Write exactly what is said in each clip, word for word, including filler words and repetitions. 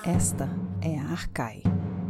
Esta é a Arcai.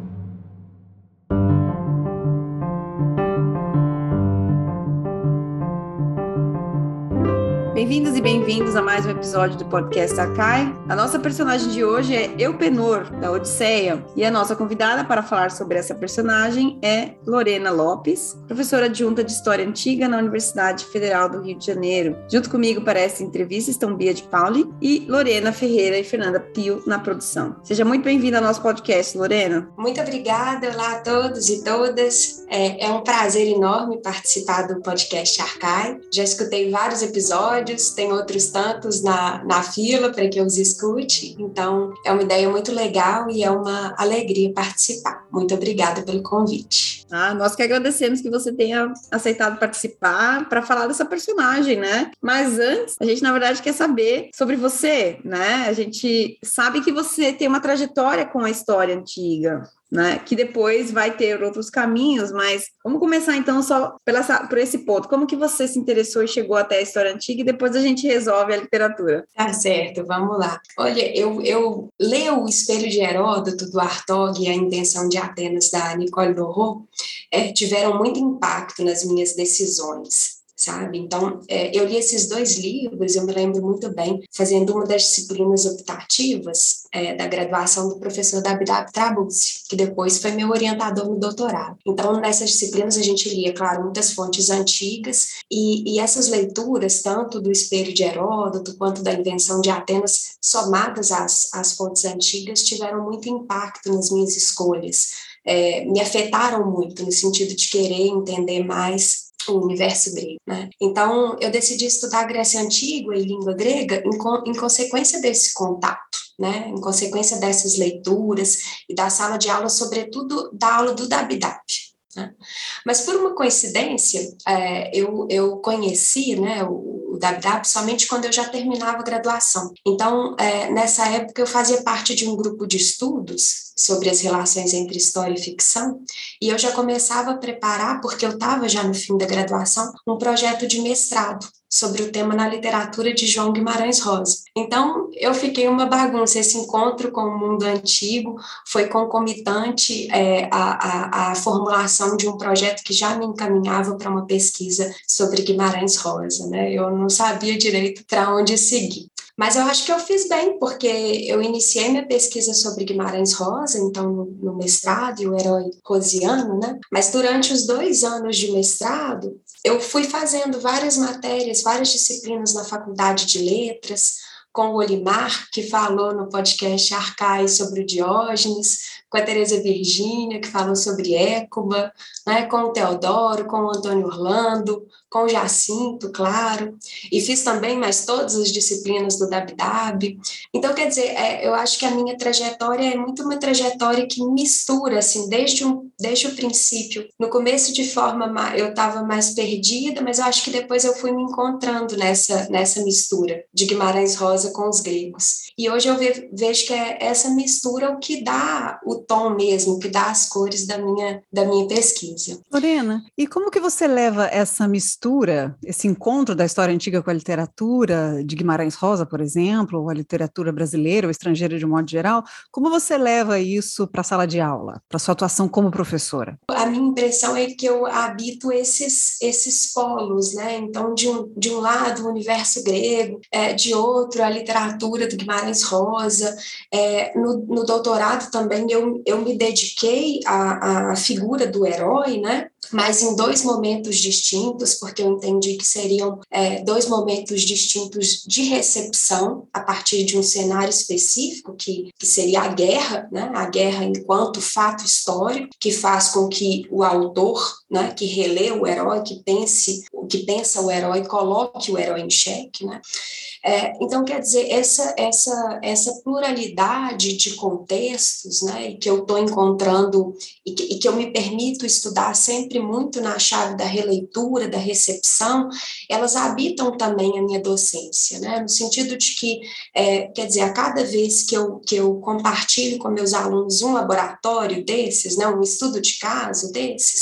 Bem-vindos e bem-vindos a mais um episódio do podcast Arcai. A nossa personagem de hoje é Elpenor, da Odisseia, e a nossa convidada para falar sobre essa personagem é Lorena Lopes, professora adjunta de História Antiga na Universidade Federal do Rio de Janeiro. Junto comigo para essa entrevista estão Bia de Pauli e Lorena Ferreira e Fernanda Pio na produção. Seja muito bem-vinda ao nosso podcast, Lorena. Muito obrigada, olá a todos e todas. É, é um prazer enorme participar do podcast Arcai. Já escutei vários episódios, tem outros tantos na, na fila para que eu os escute, então é uma ideia muito legal e é uma alegria participar. Muito obrigada pelo convite. Ah, nós que agradecemos que você tenha aceitado participar para falar dessa personagem, né? Mas antes, a gente na verdade quer saber sobre você, né? A gente sabe que você tem uma trajetória com a história antiga, né, que depois vai ter outros caminhos, mas vamos começar então só pela, por esse ponto. Como que você se interessou e chegou até a história antiga e depois a gente resolve a literatura? Tá certo, vamos lá. Olha, eu, eu leio O Espelho de Heródoto, do Hartog, e A Invenção de Atenas, da Nicole Dorrault, é, tiveram muito impacto nas minhas decisões. Sabe? Então, é, eu li esses dois livros, eu me lembro muito bem, fazendo uma das disciplinas optativas é, da graduação do professor Dabdab Trabuzzi, que depois foi meu orientador no doutorado. Então, nessas disciplinas a gente lia, claro, muitas fontes antigas, e, e essas leituras, tanto do Espelho de Heródoto, quanto da Invenção de Atenas, somadas às, às fontes antigas, tiveram muito impacto nas minhas escolhas, é, me afetaram muito, no sentido de querer entender mais o universo grego, né? Então, eu decidi estudar Grécia Antiga e língua grega em, co- em consequência desse contato, né? Em consequência dessas leituras e da sala de aula, sobretudo da aula do Dabdab, né? Mas, por uma coincidência, é, eu, eu conheci, né, o, o Dabdab somente quando eu já terminava a graduação. Então, é, nessa época, eu fazia parte de um grupo de estudos sobre as relações entre história e ficção, e eu já começava a preparar, porque eu estava já no fim da graduação, um projeto de mestrado sobre o tema na literatura de João Guimarães Rosa. Então, eu fiquei uma bagunça. Esse encontro com o mundo antigo foi concomitante é, à, à, à formulação de um projeto que já me encaminhava para uma pesquisa sobre Guimarães Rosa, né? Eu não sabia direito para onde seguir. Mas eu acho que eu fiz bem, porque eu iniciei minha pesquisa sobre Guimarães Rosa, então no, no mestrado, e o herói rosiano, né? Mas durante os dois anos de mestrado, eu fui fazendo várias matérias, várias disciplinas na Faculdade de Letras, com o Olimar, que falou no podcast Arcai sobre o Diógenes, com a Tereza Virgínia, que falou sobre Écuba, né, com o Teodoro, com o Antônio Orlando, com o Jacinto, claro, e fiz também mais todas as disciplinas do Dabdab. Então, quer dizer, é, eu acho que a minha trajetória é muito uma trajetória que mistura, assim, desde, um, desde o princípio. No começo, de forma, eu estava mais perdida, mas eu acho que depois eu fui me encontrando nessa, nessa mistura de Guimarães Rosa com os gregos. E hoje eu ve, vejo que é essa mistura o que dá o tom mesmo, que dá as cores da minha, da minha pesquisa. Lorena, e como que você leva essa mistura, esse encontro da história antiga com a literatura de Guimarães Rosa, por exemplo, ou a literatura brasileira ou estrangeira de um modo geral, como você leva isso para a sala de aula, para a sua atuação como professora? A minha impressão é que eu habito esses, esses polos, né? Então, de um, de um lado, o universo grego, é, de outro, a literatura do Guimarães Rosa. É, no, no doutorado também eu, eu me dediquei à, à figura do herói, né? Mas em dois momentos distintos, porque eu entendi que seriam é, dois momentos distintos de recepção a partir de um cenário específico, que, que seria a guerra, né? A guerra enquanto fato histórico, que faz com que o autor, né, que relê o herói, que pense, que pensa o herói, coloque o herói em xeque, né? É, então, quer dizer, essa, essa, essa pluralidade de contextos, né, que eu estou encontrando e que, e que eu me permito estudar sempre muito na chave da releitura, da recepção, elas habitam também a minha docência, né, no sentido de que, é, quer dizer, a cada vez que eu, que eu compartilho com meus alunos um laboratório desses, né, um estudo de caso desses,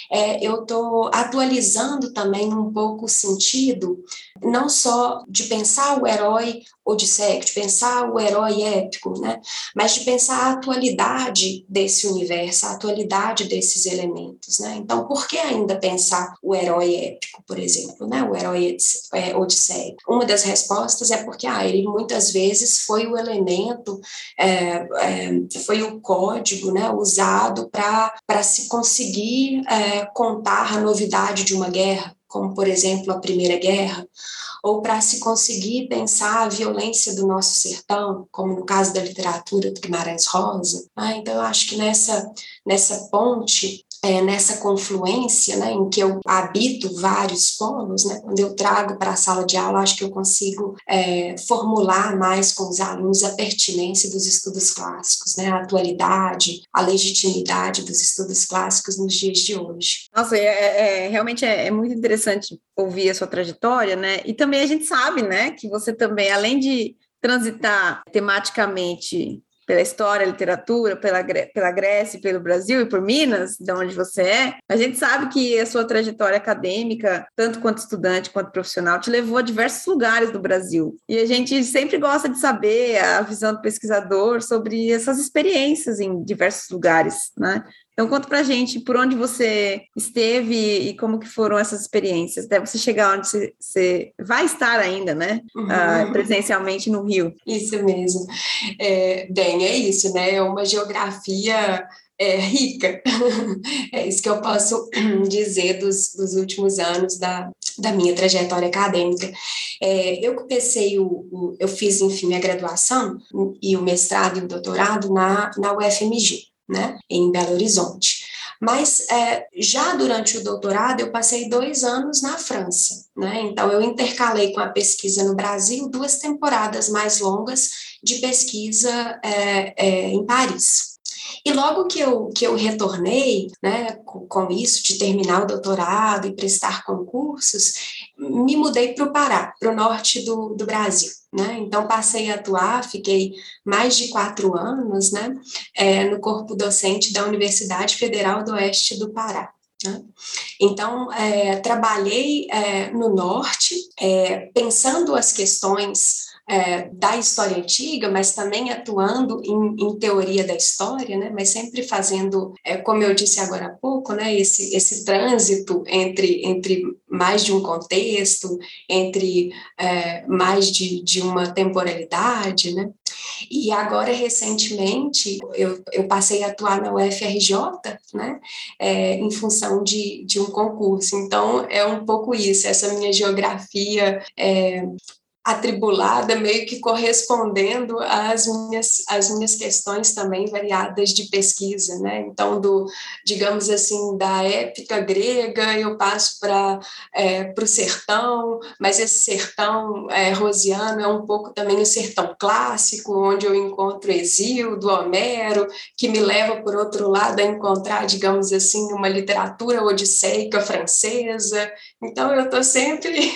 é, eu estou atualizando também um pouco o sentido, não só de pensar o herói odisseico, de pensar o herói épico, né? Mas de pensar a atualidade desse universo, a atualidade desses elementos, né? Então, por que ainda pensar o herói épico, por exemplo, né? O herói odisseico? Uma das respostas é porque ah, ele muitas vezes foi o elemento, é, é, foi o código, né, usado para se conseguir é, contar a novidade de uma guerra, como, por exemplo, a Primeira Guerra, ou para se conseguir pensar a violência do nosso sertão, como no caso da literatura do Guimarães Rosa. Ah, então, eu acho que nessa, nessa ponte, é, nessa confluência, né, em que eu habito vários polos, né, quando eu trago para a sala de aula, acho que eu consigo é, formular mais com os alunos a pertinência dos estudos clássicos, né, a atualidade, a legitimidade dos estudos clássicos nos dias de hoje. Nossa, é, é, realmente é, é muito interessante ouvir a sua trajetória, né? E também a gente sabe, né, que você também, além de transitar tematicamente pela história, literatura, pela, pela Grécia, pelo Brasil e por Minas, de onde você é, a gente sabe que a sua trajetória acadêmica, tanto quanto estudante quanto profissional, te levou a diversos lugares do Brasil. E a gente sempre gosta de saber a visão do pesquisador sobre essas experiências em diversos lugares, né? Então, conta pra gente por onde você esteve e como que foram essas experiências, até você chegar onde você, você vai estar ainda, né? Uhum. Uh, presencialmente no Rio. Isso mesmo. É, bem, é isso, né? É uma geografia é, rica. É isso que eu posso dizer dos, dos últimos anos da, da minha trajetória acadêmica. É, eu comecei, o, o, eu fiz, enfim, a graduação e o mestrado e o doutorado na, na U F M G. Né, em Belo Horizonte. Mas é, já durante o doutorado eu passei dois anos na França, né? Então eu intercalei com a pesquisa no Brasil duas temporadas mais longas de pesquisa é, é, em Paris. E logo que eu, que eu retornei, né, com, com isso, de terminar o doutorado e prestar concursos, me mudei para o Pará, para o norte do, do Brasil. Né? Então, passei a atuar, fiquei mais de quatro anos, né, é, no corpo docente da Universidade Federal do Oeste do Pará. Né? Então, é, trabalhei é, no norte, é, pensando as questões É, da história antiga, mas também atuando em, em teoria da história, né, mas sempre fazendo, é, como eu disse agora há pouco, né, esse, esse trânsito entre, entre mais de um contexto, entre é, mais de, de uma temporalidade, né. E agora, recentemente, eu, eu passei a atuar na U F R J, né, é, em função de, de um concurso. Então, é um pouco isso, essa minha geografia é, atribulada, meio que correspondendo às minhas, às minhas questões também variadas de pesquisa, né? Então, do, digamos assim, da épica grega, eu passo para é, para o sertão, mas esse sertão é, rosiano é um pouco também o sertão clássico, onde eu encontro Hesíodo, Homero, que me leva, por outro lado, a encontrar, digamos assim, uma literatura odisseica francesa. Então, eu estou sempre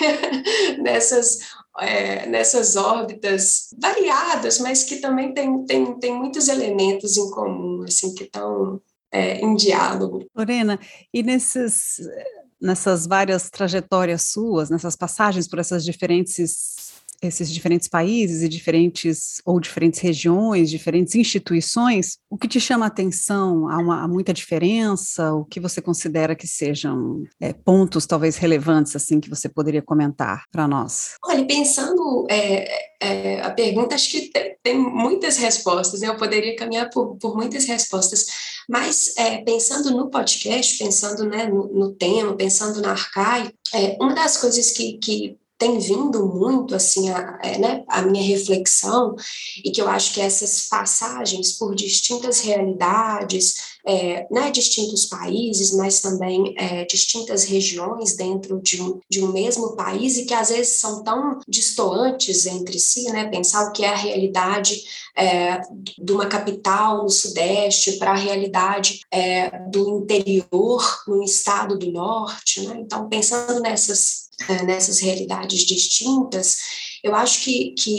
nessas É, nessas órbitas variadas, mas que também tem, tem, tem muitos elementos em comum, assim, que estão é, em diálogo. Lorena, e nesses, nessas várias trajetórias suas, nessas passagens por essas diferentes, esses diferentes países e diferentes, ou diferentes regiões, diferentes instituições, o que te chama a atenção? Há, uma, há muita diferença? O que você considera que sejam é, pontos talvez relevantes, assim, que você poderia comentar para nós? Olha, pensando, é, é, a pergunta, acho que tem, tem muitas respostas, né? Eu poderia caminhar por, por muitas respostas, mas é, pensando no podcast, pensando, né, no, no tema, pensando na Arcai, é, uma das coisas que, que tem vindo muito, assim, a, é, né, a minha reflexão, e que eu acho que essas passagens por distintas realidades, é, né, distintos países, mas também é, distintas regiões dentro de um, de um mesmo país, e que às vezes são tão distantes entre si, né, pensar o que é a realidade é, de uma capital no Sudeste para a realidade é, do interior no estado do Norte, né? Então, pensando nessas nessas realidades distintas, eu acho que, que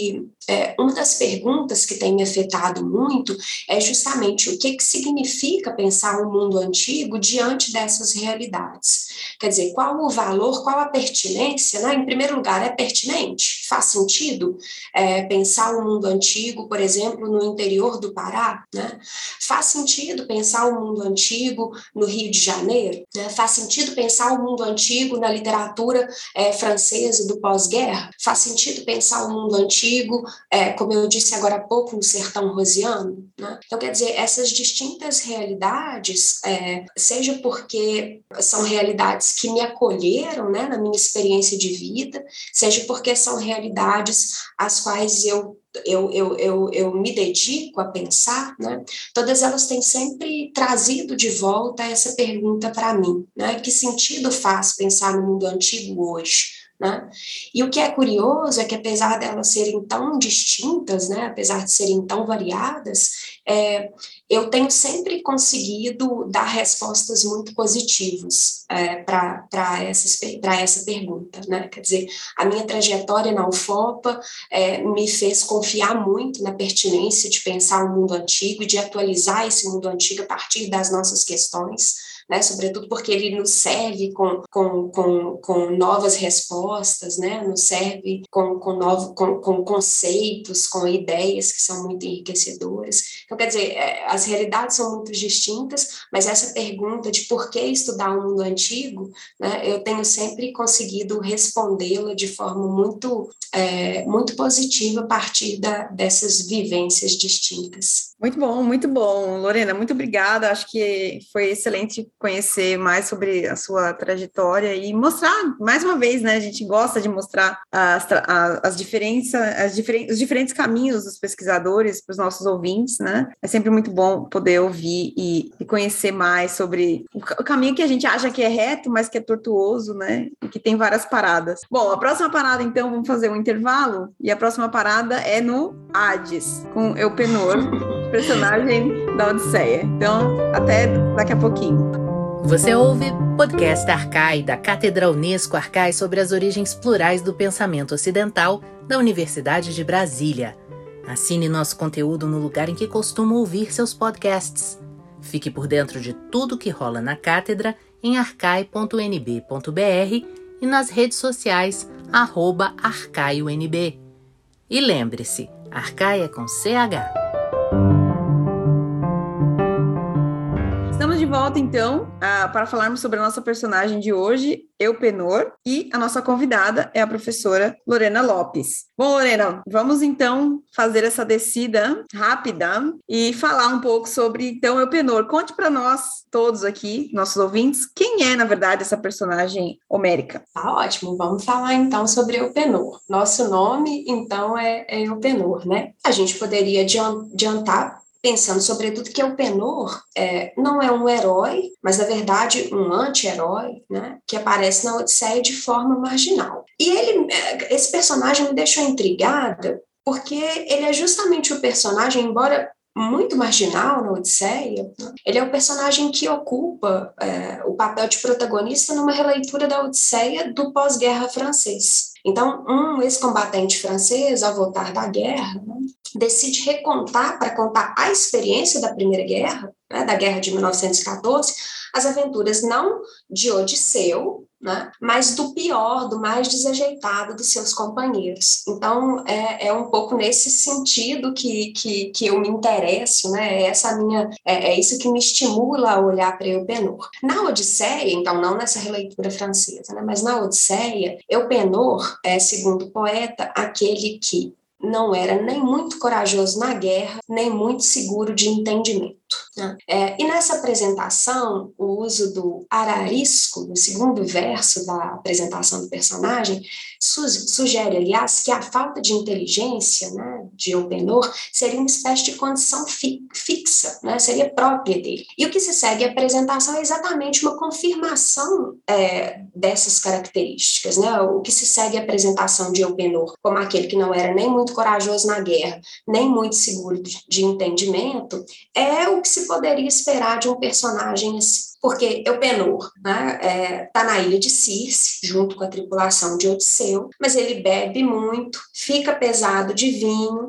é, uma das perguntas que tem me afetado muito é justamente o que, que significa pensar um mundo antigo diante dessas realidades. Quer dizer, qual o valor, qual a pertinência, né? Em primeiro lugar, é pertinente? Faz sentido é, pensar um mundo antigo, por exemplo, no interior do Pará? Né? Faz sentido pensar o mundo antigo no Rio de Janeiro? Né? Faz sentido pensar o mundo antigo na literatura é, francesa do pós-guerra? Faz sentido pensar o mundo antigo, é, como eu disse agora há pouco, no sertão rosiano? Né? Então, quer dizer, essas distintas realidades, é, seja porque são realidades que me acolheram, né, na minha experiência de vida, seja porque são realidades às quais eu Eu, eu, eu, eu me dedico a pensar, né? Todas elas têm sempre trazido de volta essa pergunta para mim, né? Que sentido faz pensar no mundo antigo hoje? Né? E o que é curioso é que, apesar de elas serem tão distintas, né, apesar de serem tão variadas, é, eu tenho sempre conseguido dar respostas muito positivas é, para essa pergunta. Né? Quer dizer, a minha trajetória na UFOPA é, me fez confiar muito na pertinência de pensar o mundo antigo e de atualizar esse mundo antigo a partir das nossas questões, né, sobretudo porque ele nos serve com, com, com, com novas respostas, né, nos serve com, com, novo, com, com conceitos, com ideias que são muito enriquecedoras. Então, quer dizer, as realidades são muito distintas, mas essa pergunta de por que estudar o mundo antigo, né, eu tenho sempre conseguido respondê-la de forma muito, é, muito positiva a partir da, dessas vivências distintas. Muito bom, muito bom. Lorena, muito obrigada. Acho que foi excelente conhecer mais sobre a sua trajetória e mostrar, mais uma vez, né? A gente gosta de mostrar as, as diferenças, as diferen, os diferentes caminhos dos pesquisadores para os nossos ouvintes, né? É sempre muito bom poder ouvir e, e conhecer mais sobre o, o caminho que a gente acha que é reto, mas que é tortuoso, né? E que tem várias paradas. Bom, a próxima parada, então, vamos fazer um intervalo e a próxima parada é no Hades, com Elpenor, personagem da Odisseia. Então, até daqui a pouquinho. Você ouve podcast Arcai, da Cátedra Unesco Arcai sobre as origens plurais do pensamento ocidental da Universidade de Brasília. Assine nosso conteúdo no lugar em que costuma ouvir seus podcasts. Fique por dentro de tudo que rola na cátedra em arcai ponto n b ponto b r e nas redes sociais arroba arcaionb. E lembre-se, Arcai é com C H. Estamos de volta, então, uh, para falarmos sobre a nossa personagem de hoje, Elpenor, e a nossa convidada é a professora Lorena Lopes. Bom, Lorena, vamos então fazer essa descida rápida e falar um pouco sobre, então, Elpenor. Conte para nós, todos aqui, nossos ouvintes, quem é, na verdade, essa personagem homérica? Tá ótimo, vamos falar então sobre Elpenor. Nosso nome, então, é, é Elpenor, né? A gente poderia adiantar pensando sobretudo que Elpenor é, não é um herói, mas na verdade um anti-herói, né, que aparece na Odisseia de forma marginal. E ele, esse personagem me deixou intrigada porque ele é justamente o personagem, embora muito marginal na Odisseia, né, ele é o personagem que ocupa é, o papel de protagonista numa releitura da Odisseia do pós-guerra francês. Então, um ex-combatente francês, ao voltar da guerra, né, decide recontar, para contar a experiência da Primeira Guerra, né, da Guerra de mil novecentos e catorze, as aventuras não de Odisseu, né, mas do pior, do mais desajeitado dos seus companheiros. Então, é, é um pouco nesse sentido que, que, que eu me interesso, né, é, essa minha, é, é isso que me estimula a olhar para Elpenor. Na Odisseia, então, não nessa releitura francesa, né, mas na Odisseia, Elpenor é, segundo o poeta, aquele que não era nem muito corajoso na guerra, nem muito seguro de entendimento. Né? É, e nessa apresentação, o uso do ararisco, no segundo verso da apresentação do personagem, su- sugere, aliás, que a falta de inteligência, né, de Elpenor seria uma espécie de condição fi- fixa, né, seria própria dele. E o que se segue à apresentação é exatamente uma confirmação é, dessas características. Né? O que se segue à apresentação de Elpenor como aquele que não era nem muito corajoso na guerra, nem muito seguro de, de entendimento, é o que se poderia esperar de um personagem assim. Porque Eupenor, né, é, tá na ilha de Circe, junto com a tripulação de Odisseu, mas ele bebe muito, fica pesado de vinho,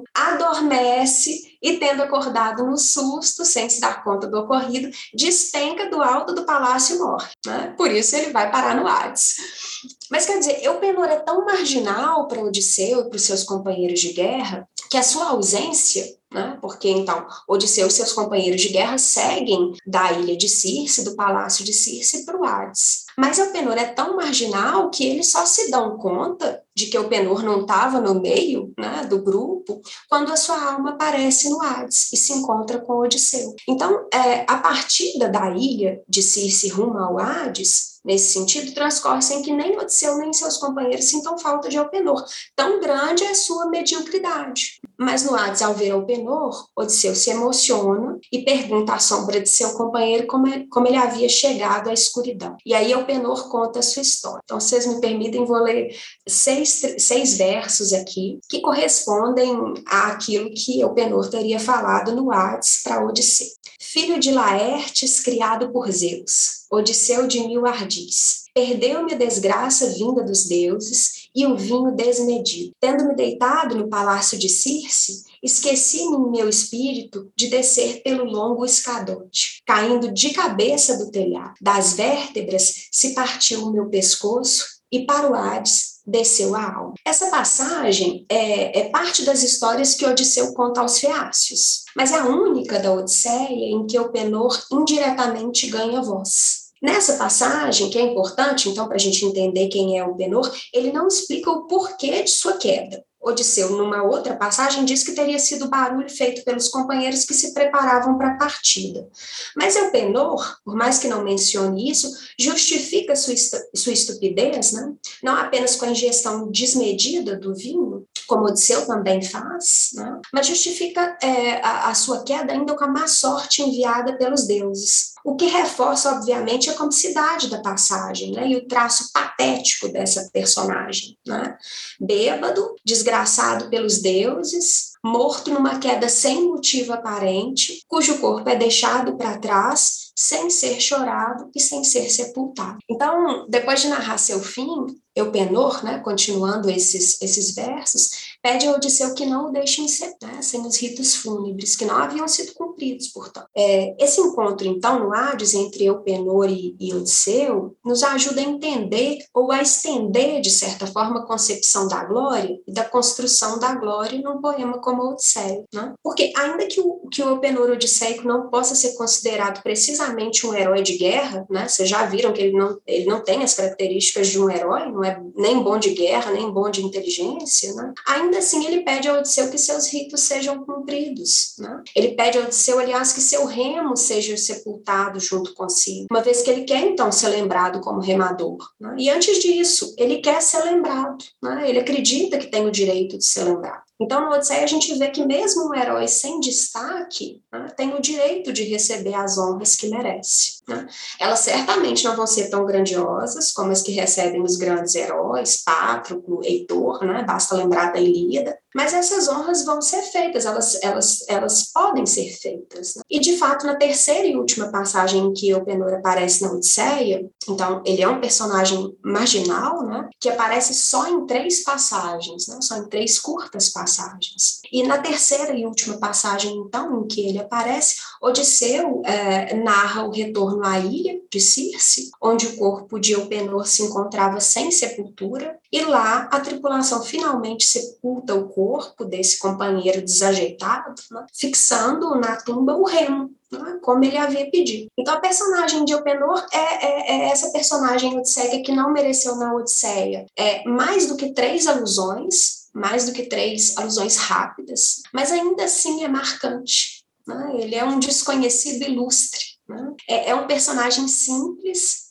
adormece e, tendo acordado no susto, sem se dar conta do ocorrido, despenca do alto do palácio e morre. Né? Por isso ele vai parar no Hades. Mas, quer dizer, Eupenor é tão marginal para Odisseu e para os seus companheiros de guerra que a sua ausência, né, porque, então, Odisseu e seus companheiros de guerra seguem da ilha de Circe, do palácio de Circe, para o Hades. Mas Eupenor é tão marginal que eles só se dão conta de que Eupenor não estava no meio, né, do grupo quando a sua alma aparece no Hades e se encontra com Odisseu. Então, é, a partida da ilha de Circe rumo ao Hades, nesse sentido, transcorre sem que nem Odisseu nem seus companheiros sintam falta de Eupenor. Tão grande é a sua mediocridade. Mas no Hades, ao ver Eupenor, Odisseu se emociona e pergunta à sombra de seu companheiro como, é, como ele havia chegado à escuridão. E aí Eupenor conta a sua história. Então, vocês me permitem, vou ler seis, seis versos aqui que correspondem àquilo que Eupenor teria falado no Hades para Odisseu. Filho de Laertes, criado por Zeus, Odisseu de mil ardis, perdeu-me a desgraça vinda dos deuses e o vinho desmedido. Tendo-me deitado no palácio de Circe, esqueci-me em meu espírito de descer pelo longo escadote. Caindo de cabeça do telhado, das vértebras se partiu o meu pescoço e para o Hades desceu a alma. Essa passagem é, é parte das histórias que Odisseu conta aos feácios, mas é a única da Odisseia em que Eupenor indiretamente ganha voz. Nessa passagem, que é importante, então, para a gente entender quem é Eupenor, ele não explica o porquê de sua queda. Odisseu, numa outra passagem, diz que teria sido barulho feito pelos companheiros que se preparavam para a partida. Mas Eupenor, por mais que não mencione isso, justifica sua, sua estupidez, né? Não apenas com a ingestão desmedida do vinho, como Odisseu também faz, né? Mas justifica é, a, a sua queda ainda com a má sorte enviada pelos deuses. O que reforça, obviamente, a comicidade da passagem, né? E o traço patético dessa personagem, né? Bêbado, desgraçado pelos deuses, morto numa queda sem motivo aparente, cujo corpo é deixado para trás, sem ser chorado e sem ser sepultado. Então, depois de narrar seu fim, Eupenor, né, continuando esses, esses versos, pede a Odisseu que não o deixe em ser, né, sem os ritos fúnebres, que não haviam sido cumpridos, portanto. É, esse encontro, então, no Hades, entre Eupenor e, e Odisseu, nos ajuda a entender ou a estender, de certa forma, a concepção da glória e da construção da glória num poema como a Odisseia, né? Porque, ainda que o, que o Eupenor odisseico não possa ser considerado precisamente um herói de guerra, né? Vocês já viram que ele não, ele não tem as características de um herói, não é nem bom de guerra, nem bom de inteligência, né? Ainda assim, ele pede a Odisseu que seus ritos sejam cumpridos, né? Ele pede a Odisseu, aliás, que seu remo seja sepultado junto consigo, uma vez que ele quer, então, ser lembrado como remador, né? E antes disso, ele quer ser lembrado, né? Ele acredita que tem o direito de ser lembrado. Então, no Odisseia, a gente vê que mesmo um herói sem destaque, né, tem o direito de receber as honras que merece, né? Elas certamente não vão ser tão grandiosas como as que recebem os grandes heróis, Patroclo, Heitor, né? Basta lembrar da Ilíada, mas essas honras vão ser feitas, elas, elas, elas podem ser feitas, né? E, de fato, na terceira e última passagem em que Eupenor aparece na Odisseia, então, ele é um personagem marginal, né, que aparece só em três passagens, né, só em três curtas passagens. Passagens. E na terceira e última passagem, então, em que ele aparece, Odisseu é, narra o retorno à ilha de Circe, onde o corpo de Eupenor se encontrava sem sepultura, e lá a tripulação finalmente sepulta o corpo desse companheiro desajeitado, né, fixando na tumba o remo, né, como ele havia pedido. Então, a personagem de Eupenor é, é, é essa personagem odisseica que não mereceu na Odisseia é, mais do que três alusões, mais do que três alusões rápidas, mas ainda assim é marcante, né? Ele é um desconhecido ilustre, né? É, é um personagem simples,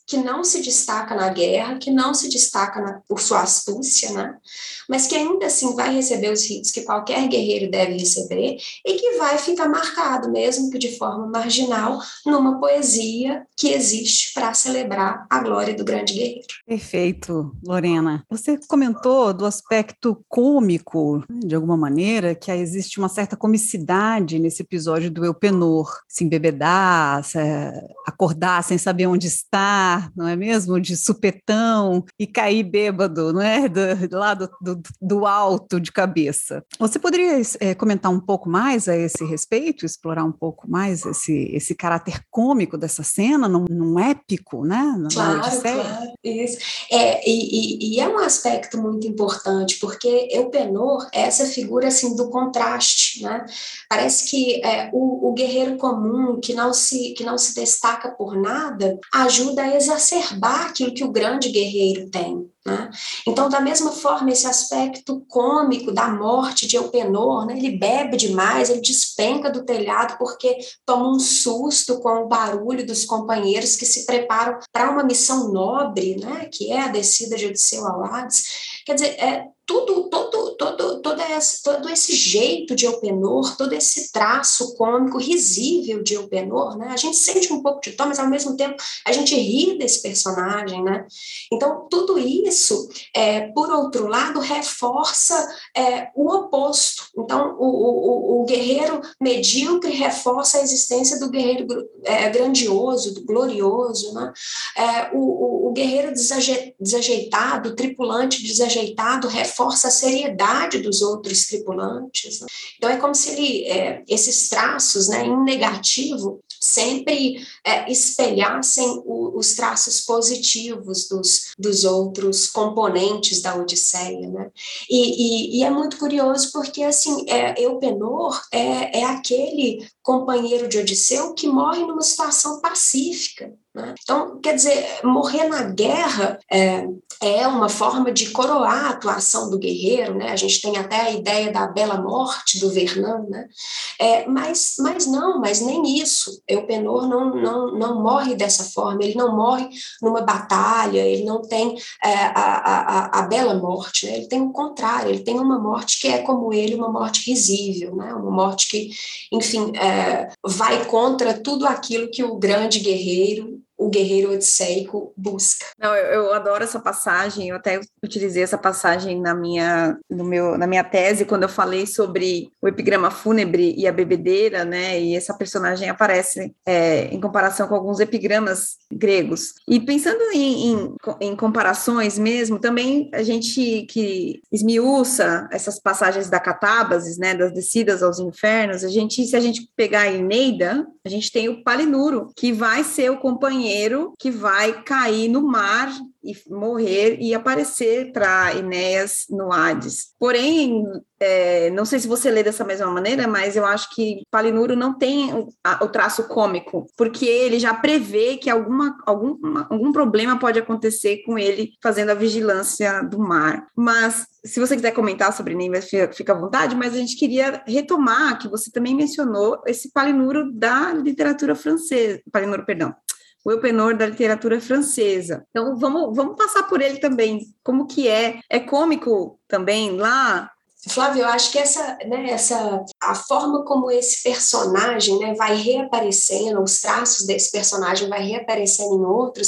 que não se destaca na guerra, que não se destaca na, por sua astúcia, né? Mas que ainda assim vai receber os ritos que qualquer guerreiro deve receber e que vai ficar marcado, mesmo que de forma marginal, numa poesia que existe para celebrar a glória do grande guerreiro. Perfeito, Lorena. Você comentou do aspecto cômico, de alguma maneira, que existe uma certa comicidade nesse episódio do Elpenor, se embebedar, se acordar sem saber onde está, não é mesmo? De supetão e cair bêbado, não é? Do, lá do, do, do alto de cabeça. Você poderia é, comentar um pouco mais a esse respeito, explorar um pouco mais esse, esse caráter cômico dessa cena, num, num épico, né? Na, claro, na claro, isso. É, e, e, e é um aspecto muito importante, porque Elpenor é essa figura assim, do contraste, né? Parece que é, o, o guerreiro comum, que não, se, que não se destaca por nada, ajuda a exacerbar aquilo que o grande guerreiro tem. Né? Então, da mesma forma, esse aspecto cômico da morte de Elpenor, né? Ele bebe demais, ele despenca do telhado porque toma um susto com o barulho dos companheiros que se preparam para uma missão nobre, né? Que é a descida de Odisseu ao Hades. Quer dizer, é, tudo, todo, todo, todo, esse, todo esse jeito de Elpenor, todo esse traço cômico, risível de Elpenor, né? A gente sente um pouco de dó, mas ao mesmo tempo a gente ri desse personagem, né? Então, tudo isso, é, por outro lado, reforça é, o oposto. Então, o, o, o guerreiro medíocre reforça a existência do guerreiro é, grandioso, do glorioso, né? É, o, o, o guerreiro desaje, desajeitado, o tripulante desajeitado, reforça a seriedade dos outros tripulantes. Né? Então, é como se ele, é, esses traços, né, em negativo, sempre é, espelhassem o, os traços positivos dos, dos outros componentes da Odisseia, né? E, e, e é muito curioso porque, assim, é, Elpenor é, é aquele companheiro de Odisseu que morre numa situação pacífica, né? Então, quer dizer, morrer na guerra é, é uma forma de coroar a atuação do guerreiro, né? A gente tem até a ideia da bela morte do Vernon, né? É, mas, mas não, mas nem isso. Elpenor não, não, não morre dessa forma, ele não morre numa batalha, ele não tem é, a, a, a bela morte, né? Ele tem o contrário, ele tem uma morte que é como ele, uma morte risível, né? Uma morte que, enfim, é, vai contra tudo aquilo que o grande guerreiro, o guerreiro odisseico busca. Não, eu, eu adoro essa passagem, eu até utilizei essa passagem na minha, no meu, na minha tese, quando eu falei sobre o epigrama fúnebre e a bebedeira, né, e essa personagem aparece é, em comparação com alguns epigramas gregos. E pensando em, em, em comparações mesmo, também a gente que esmiuça essas passagens da catábasis, né, das descidas aos infernos, a gente, se a gente pegar a Eneida, a gente tem o Palinuro, que vai ser o companheiro que vai cair no mar e morrer e aparecer para Enéas no Hades. Porém, é, não sei se você lê dessa mesma maneira, mas eu acho que Palinuro não tem o, a, o traço cômico, porque ele já prevê que alguma, alguma, algum problema pode acontecer com ele fazendo a vigilância do mar. Mas, se você quiser comentar sobre Nêmea, fica à vontade, mas a gente queria retomar que você também mencionou esse Palinuro da literatura francesa, Palinuro, perdão, o Elpenor da literatura francesa. Então, vamos, vamos passar por ele também. Como que é? É cômico também lá? Flávio, eu acho que essa, né, essa, a forma como esse personagem, né, vai reaparecendo, os traços desse personagem vai reaparecendo em outros,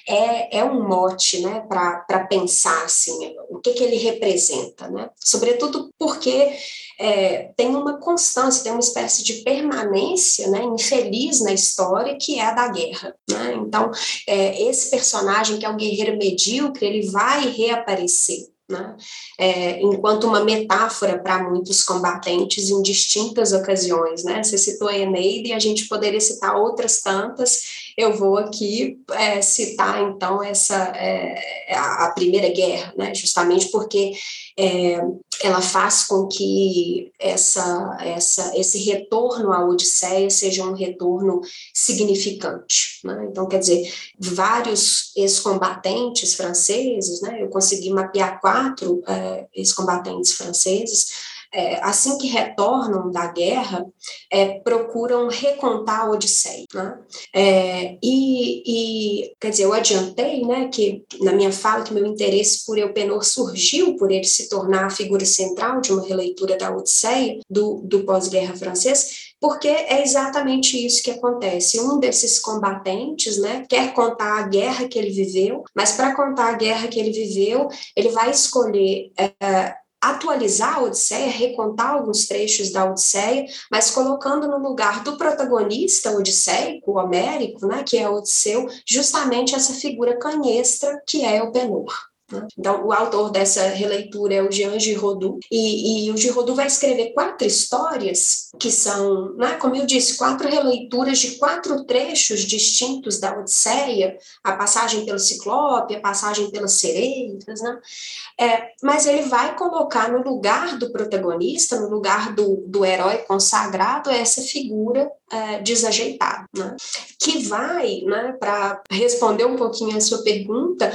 é, é um mote, né, para pensar assim, o que, que ele representa, né? Sobretudo porque é, tem uma constância, tem uma espécie de permanência, né, infeliz na história, que é a da guerra, né? Então, é, esse personagem, que é um guerreiro medíocre, ele vai reaparecer, né? É, enquanto uma metáfora para muitos combatentes em distintas ocasiões, né? Você citou a Eneida e a gente poderia citar outras tantas. Eu vou aqui é, citar então essa é, a, a Primeira Guerra, né? Justamente porque é, ela faz com que essa, essa, esse retorno à Odisseia seja um retorno significante, né? Então, quer dizer, vários ex-combatentes franceses, né? Eu consegui mapear quatro é, ex-combatentes franceses, é, assim que retornam da guerra, é, procuram recontar a Odisseia, né? É, e, e, quer dizer, eu adiantei, né, que na minha fala que meu interesse por Eupenor surgiu por ele se tornar a figura central de uma releitura da Odisseia, do, do pós-guerra francês, porque é exatamente isso que acontece. Um desses combatentes, né, quer contar a guerra que ele viveu, mas para contar a guerra que ele viveu, ele vai escolher é, atualizar a Odisseia, recontar alguns trechos da Odisseia, mas colocando no lugar do protagonista odisseico, homérico, né, que é Odisseu, justamente essa figura canhestra que é Eupenor. Então, o autor dessa releitura é o Jean Giraudoux, e, e o Giraudoux vai escrever quatro histórias que são, né, como eu disse, quatro releituras de quatro trechos distintos da Odisseia, a passagem pelo Ciclope, a passagem pelas sereias, né? É, mas ele vai colocar no lugar do protagonista, no lugar do, do herói consagrado, essa figura é, desajeitada, né? Que vai, né, para responder um pouquinho a sua pergunta,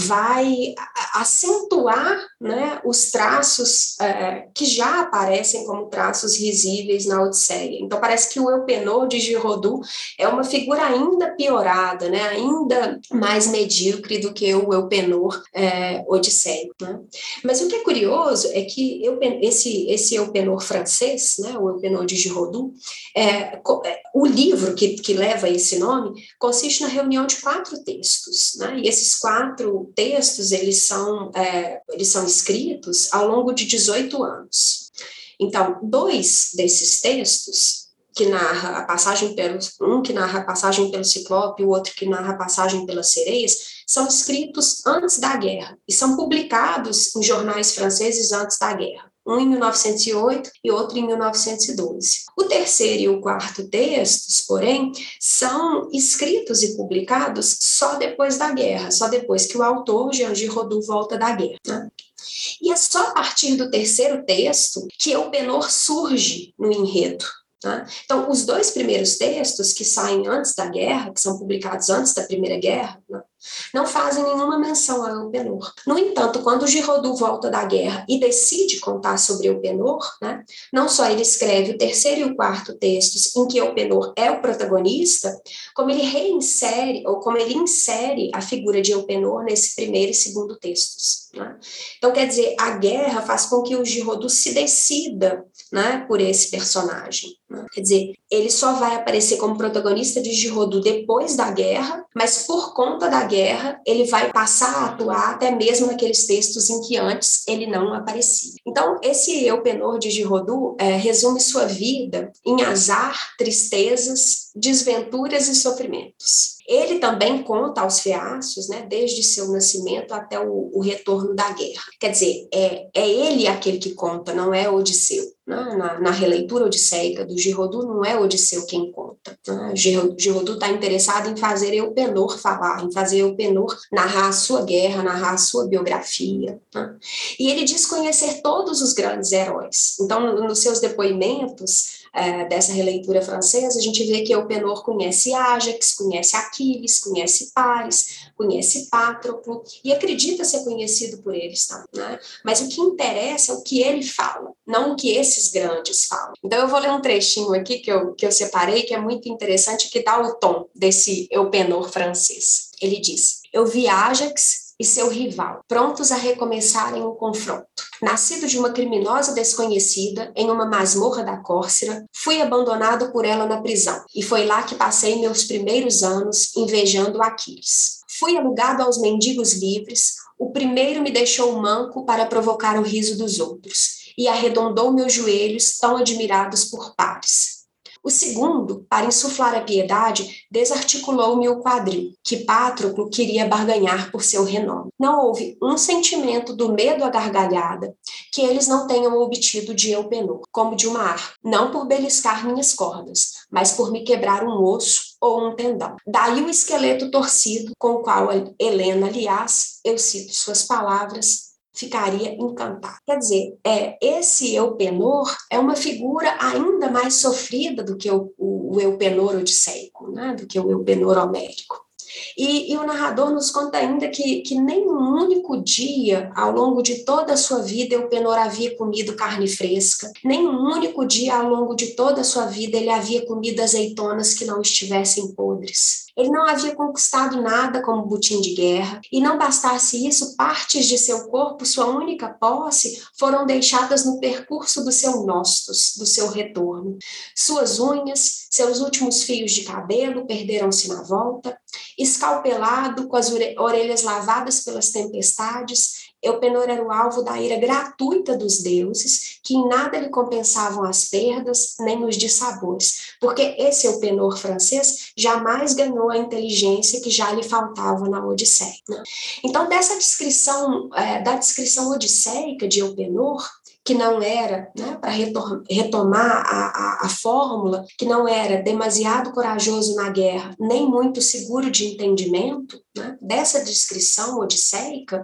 vai acentuar, né, os traços é, que já aparecem como traços risíveis na Odisseia. Então parece que o Eupenor de Giraudoux é uma figura ainda piorada, né, ainda mais medíocre do que o Eupenor é, odisseico, né? Mas o que é curioso é que eu, esse, esse Eupenor francês, né, o Eupenor de Giraudoux, é, o livro que, que leva esse nome consiste na reunião de quatro textos, né, e esses quatro textos eles são, é, eles são escritos ao longo de dezoito anos. Então, dois desses textos, que narra a passagem pelo, um que narra a passagem pelo Ciclope e o outro que narra a passagem pelas sereias, são escritos antes da guerra e são publicados em jornais franceses antes da guerra. Um em mil novecentos e oito e outro em mil novecentos e doze. O terceiro e o quarto textos, porém, são escritos e publicados só depois da guerra, só depois que o autor, Jean Giraudoux, volta da guerra, né? E é só a partir do terceiro texto que Eupenor surge no enredo. Tá? Então, os dois primeiros textos que saem antes da guerra, que são publicados antes da Primeira Guerra, né, não fazem nenhuma menção a Eupenor. No entanto, quando Giraudoux volta da guerra e decide contar sobre Eupenor, né, não só ele escreve o terceiro e o quarto textos em que Eupenor é o protagonista, como ele reinsere, ou como ele insere a figura de Eupenor nesse primeiro e segundo textos. Né? Então, quer dizer, a guerra faz com que o Giraudoux se decida, né, por esse personagem. Né? Quer dizer, ele só vai aparecer como protagonista de Giraudoux depois da guerra, mas por conta da guerra, ele vai passar a atuar até mesmo naqueles textos em que antes ele não aparecia. Então, esse Eupenor de Giraudoux é, resume sua vida em azar, tristezas, desventuras e sofrimentos. Ele também conta aos feácios, né, desde seu nascimento até o, o retorno da guerra. Quer dizer, é, é ele aquele que conta, não é Odisseu. Né? Na, na releitura odisseica do Giraudoux, não é Odisseu quem conta. Né? Giraudoux está interessado em fazer Eupenor falar, em fazer Eupenor narrar a sua guerra, narrar a sua biografia. Né? E ele diz conhecer todos os grandes heróis. Então, nos seus depoimentos, É, dessa releitura francesa, a gente vê que Eupenor conhece Ájax, conhece Aquiles, conhece Paris, conhece Patroclo e acredita ser conhecido por eles, tá? Né? Mas o que interessa é o que ele fala, não o que esses grandes falam. Então eu vou ler um trechinho aqui que eu, que eu separei, que é muito interessante, que dá o tom desse Eupenor francês. Ele diz: eu vi Ájax e seu rival, prontos a recomeçarem o confronto. Nascido de uma criminosa desconhecida em uma masmorra da Córcira, fui abandonado por ela na prisão, e foi lá que passei meus primeiros anos invejando Aquiles. Fui alugado aos mendigos livres, o primeiro me deixou manco para provocar o riso dos outros, e arredondou meus joelhos tão admirados por pares. O segundo, para insuflar a piedade, desarticulou-me o quadril, que Patroclo queria barganhar por seu renome. Não houve um sentimento do medo à gargalhada que eles não tenham obtido de Eupenor, como de uma arma, não por beliscar minhas cordas, mas por me quebrar um osso ou um tendão. Daí o esqueleto torcido, com o qual Helena, aliás, eu cito suas palavras, ficaria encantado. Quer dizer, é, esse Eupenor é uma figura ainda mais sofrida do que o, o, o Eupenor odisseico, né? Do que o Eupenor homérico. E, e o narrador nos conta ainda que, que nem um único dia, ao longo de toda a sua vida, Elpenor havia comido carne fresca, nem um único dia, ao longo de toda a sua vida, ele havia comido azeitonas que não estivessem podres. Ele não havia conquistado nada como botim de guerra, e não bastasse isso, partes de seu corpo, sua única posse, foram deixadas no percurso do seu nostos, do seu retorno. Suas unhas, seus últimos fios de cabelo perderam-se na volta. Escalpelado, com as orelhas lavadas pelas tempestades, Elpenor era o alvo da ira gratuita dos deuses, que em nada lhe compensavam as perdas, nem os dissabores, porque esse Elpenor francês jamais ganhou a inteligência que já lhe faltava na Odisseia. Né? Então, dessa descrição, é, da descrição odisseica de Elpenor, que não era, né, para retomar a, a, a fórmula, que não era demasiado corajoso na guerra, nem muito seguro de entendimento, né, dessa descrição odisseica,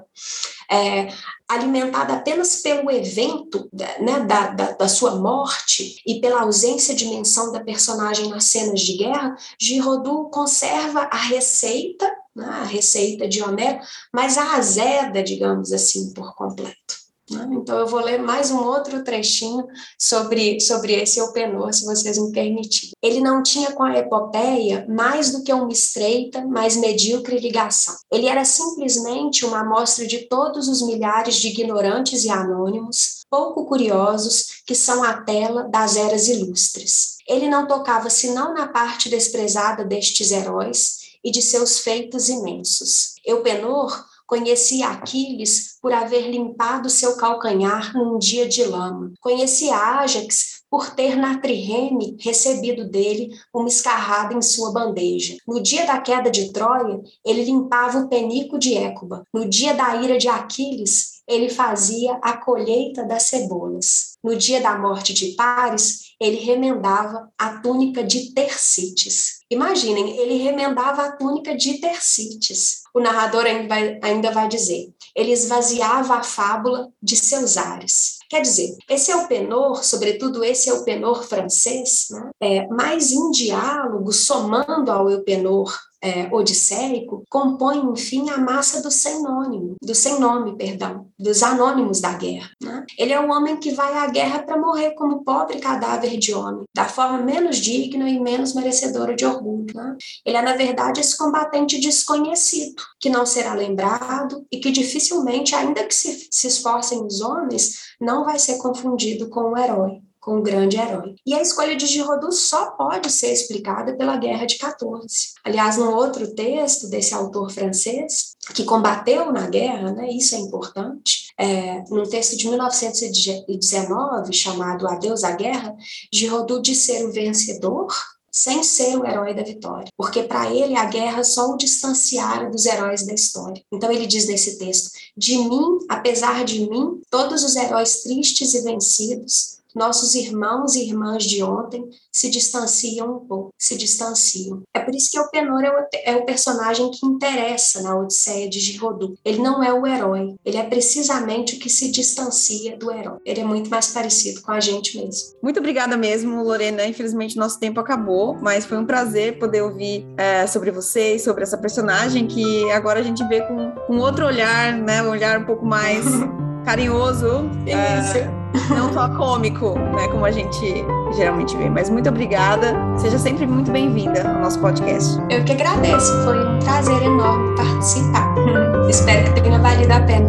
é, alimentada apenas pelo evento, né, da, da, da sua morte e pela ausência de menção da personagem nas cenas de guerra, Giraudoux conserva a receita, né, a receita de Homero, mas a azeda, digamos assim, por completo. Então, eu vou ler mais um outro trechinho sobre, sobre esse Elpenor, se vocês me permitirem. Ele não tinha com a epopeia mais do que uma estreita, mas medíocre ligação. Ele era simplesmente uma amostra de todos os milhares de ignorantes e anônimos, pouco curiosos, que são a tela das eras ilustres. Ele não tocava senão na parte desprezada destes heróis e de seus feitos imensos. Elpenor conhecia Aquiles por haver limpado seu calcanhar num dia de lama. Conhecia Ájax por ter na trirreme recebido dele uma escarrada em sua bandeja. No dia da queda de Troia, ele limpava o penico de Écuba. No dia da ira de Aquiles, ele fazia a colheita das cebolas. No dia da morte de Paris, ele remendava a túnica de Tersites. Imaginem, ele remendava a túnica de Tersites. O narrador ainda vai, ainda vai dizer, ele esvaziava a fábula de seus ares. Quer dizer, esse Elpenor, sobretudo esse Elpenor francês, né, é, mais em diálogo, somando ao Elpenor é, odisseico, compõe, enfim, a massa do sem nome, do sem nome, perdão, dos anônimos da guerra. Né? Ele é o homem que vai à guerra para morrer como pobre cadáver de homem, da forma menos digna e menos merecedora de orgulho. Né? Ele é, na verdade, esse combatente desconhecido, que não será lembrado e que dificilmente, ainda que se, se esforcem os homens, não vai ser confundido com o herói, com o grande herói. E a escolha de Giraudoux só pode ser explicada pela Guerra de quatorze. Aliás, num outro texto desse autor francês, que combateu na guerra, né, isso é importante, é, num texto de mil novecentos e dezenove, chamado Adeus à Guerra, Giraudoux diz ser o vencedor sem ser o herói da vitória, porque para ele a guerra só o distanciara dos heróis da história. Então ele diz nesse texto, de mim, apesar de mim, todos os heróis tristes e vencidos, nossos irmãos e irmãs de ontem se distanciam um pouco, se distanciam. É por isso que Elpenor é o, é o personagem que interessa na Odisseia de Giraudoux. Ele não é o herói, ele é precisamente o que se distancia do herói. Ele é muito mais parecido com a gente mesmo. Muito obrigada mesmo, Lorena. Infelizmente, nosso tempo acabou, mas foi um prazer poder ouvir é, sobre você e sobre essa personagem que agora a gente vê com, com outro olhar, né? Um olhar um pouco mais carinhoso. Isso. É, não só cômico, né, como a gente geralmente vê. Mas muito obrigada. Seja sempre muito bem-vinda ao nosso podcast. Eu que agradeço. Foi um prazer enorme participar. Espero que tenha valido a pena.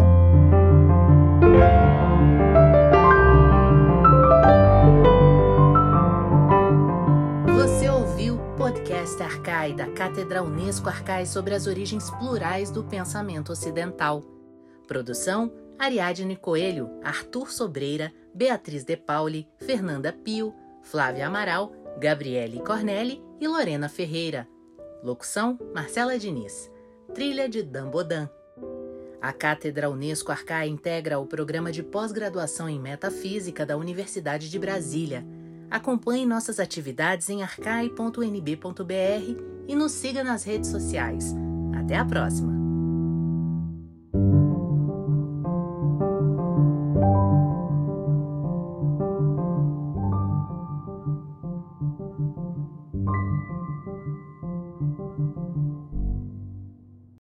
Você ouviu o podcast Arcai, da Cátedra Unesco Arcai sobre as origens plurais do pensamento ocidental. Produção: Ariadne Coelho, Arthur Sobreira, Beatriz De Pauli, Fernanda Pio, Flávia Amaral, Gabriele Cornelli e Lorena Ferreira. Locução: Marcela Diniz. Trilha de Dan Bodan. A Cátedra Unesco Arcai integra o programa de pós-graduação em Metafísica da Universidade de Brasília. Acompanhe nossas atividades em arcai ponto n b ponto b r e nos siga nas redes sociais. Até a próxima!